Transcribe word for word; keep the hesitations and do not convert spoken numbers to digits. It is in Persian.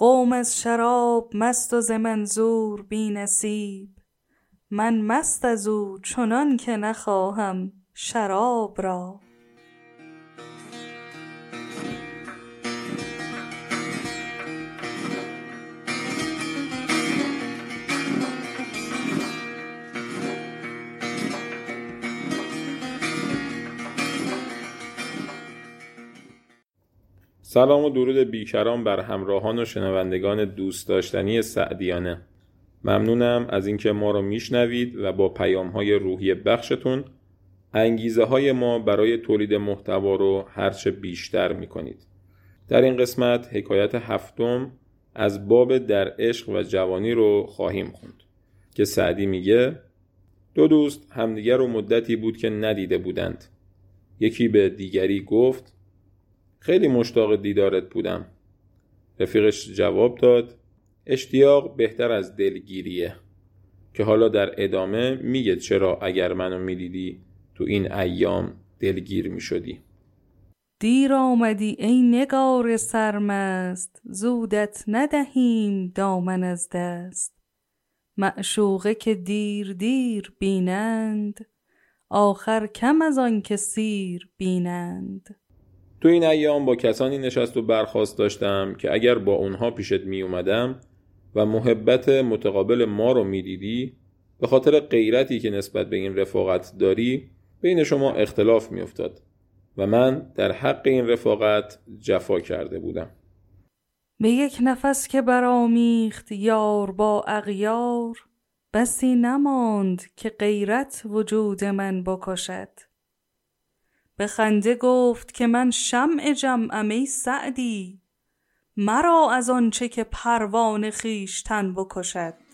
قوم از شراب مست و ز منظور بی نصیب، من مست از او چنان که نخواهم شراب را. سلام و درود بیکران بر همراهان و شنوندگان دوست داشتنی سعدیانه. ممنونم از اینکه ما رو میشنوید و با پیام‌های روحی بخشتون انگیزه های ما برای تولید محتوا رو هرچه بیشتر میکنید. در این قسمت حکایت هفتم از باب در عشق و جوانی رو خواهیم خوند که سعدی میگه دو دوست همدیگر رو مدتی بود که ندیده بودند. یکی به دیگری گفت خیلی مشتاق دیدارت بودم. رفیقش جواب داد اشتیاق بهتر از دلگیریه، که حالا در ادامه میگه چرا اگر منو میدیدی تو این ایام دلگیر میشدی. دیر آمدی ای نگار سرمست، زودت ندهیم دامن از دست. معشوقه که دیر دیر بینند، آخر کم از آن که سیر بینند. تو این ایام با کسانی نشست و برخاست داشتم که اگر با اونها پیشت می اومدم و محبت متقابل ما رو می دیدی، به خاطر غیرتی که نسبت به این رفاقت داری بین شما اختلاف می افتاد و من در حق این رفاقت جفا کرده بودم. به یک نفس که برآمیخت یار با اغیار، بسی نماند که غیرت وجود من بکشد. به خنده گفت که من شمع جمعم ای سعدی، مرا از آنچه که پروانه خویشتن بکشد.